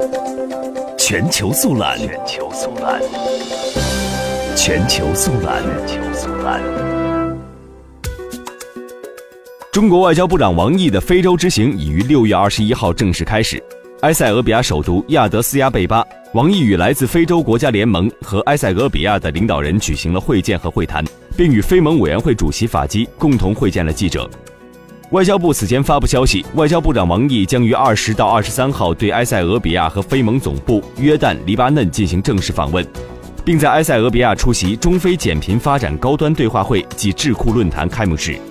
全球速览，全球速览，全球速览，全球速览。中国外交部长王毅的非洲之行已于6月21号正式开始。埃塞俄比亚首都亚德斯亚贝巴，王毅与来自非洲国家联盟和埃塞俄比亚的领导人举行了会见和会谈，并与非盟委员会主席法基共同会见了记者。外交部此前发布消息，外交部长王毅将于20到23号对埃塞俄比亚和非盟总部、约旦、黎巴嫩进行正式访问，并在埃塞俄比亚出席中非减贫发展高端对话会暨智库论坛开幕式。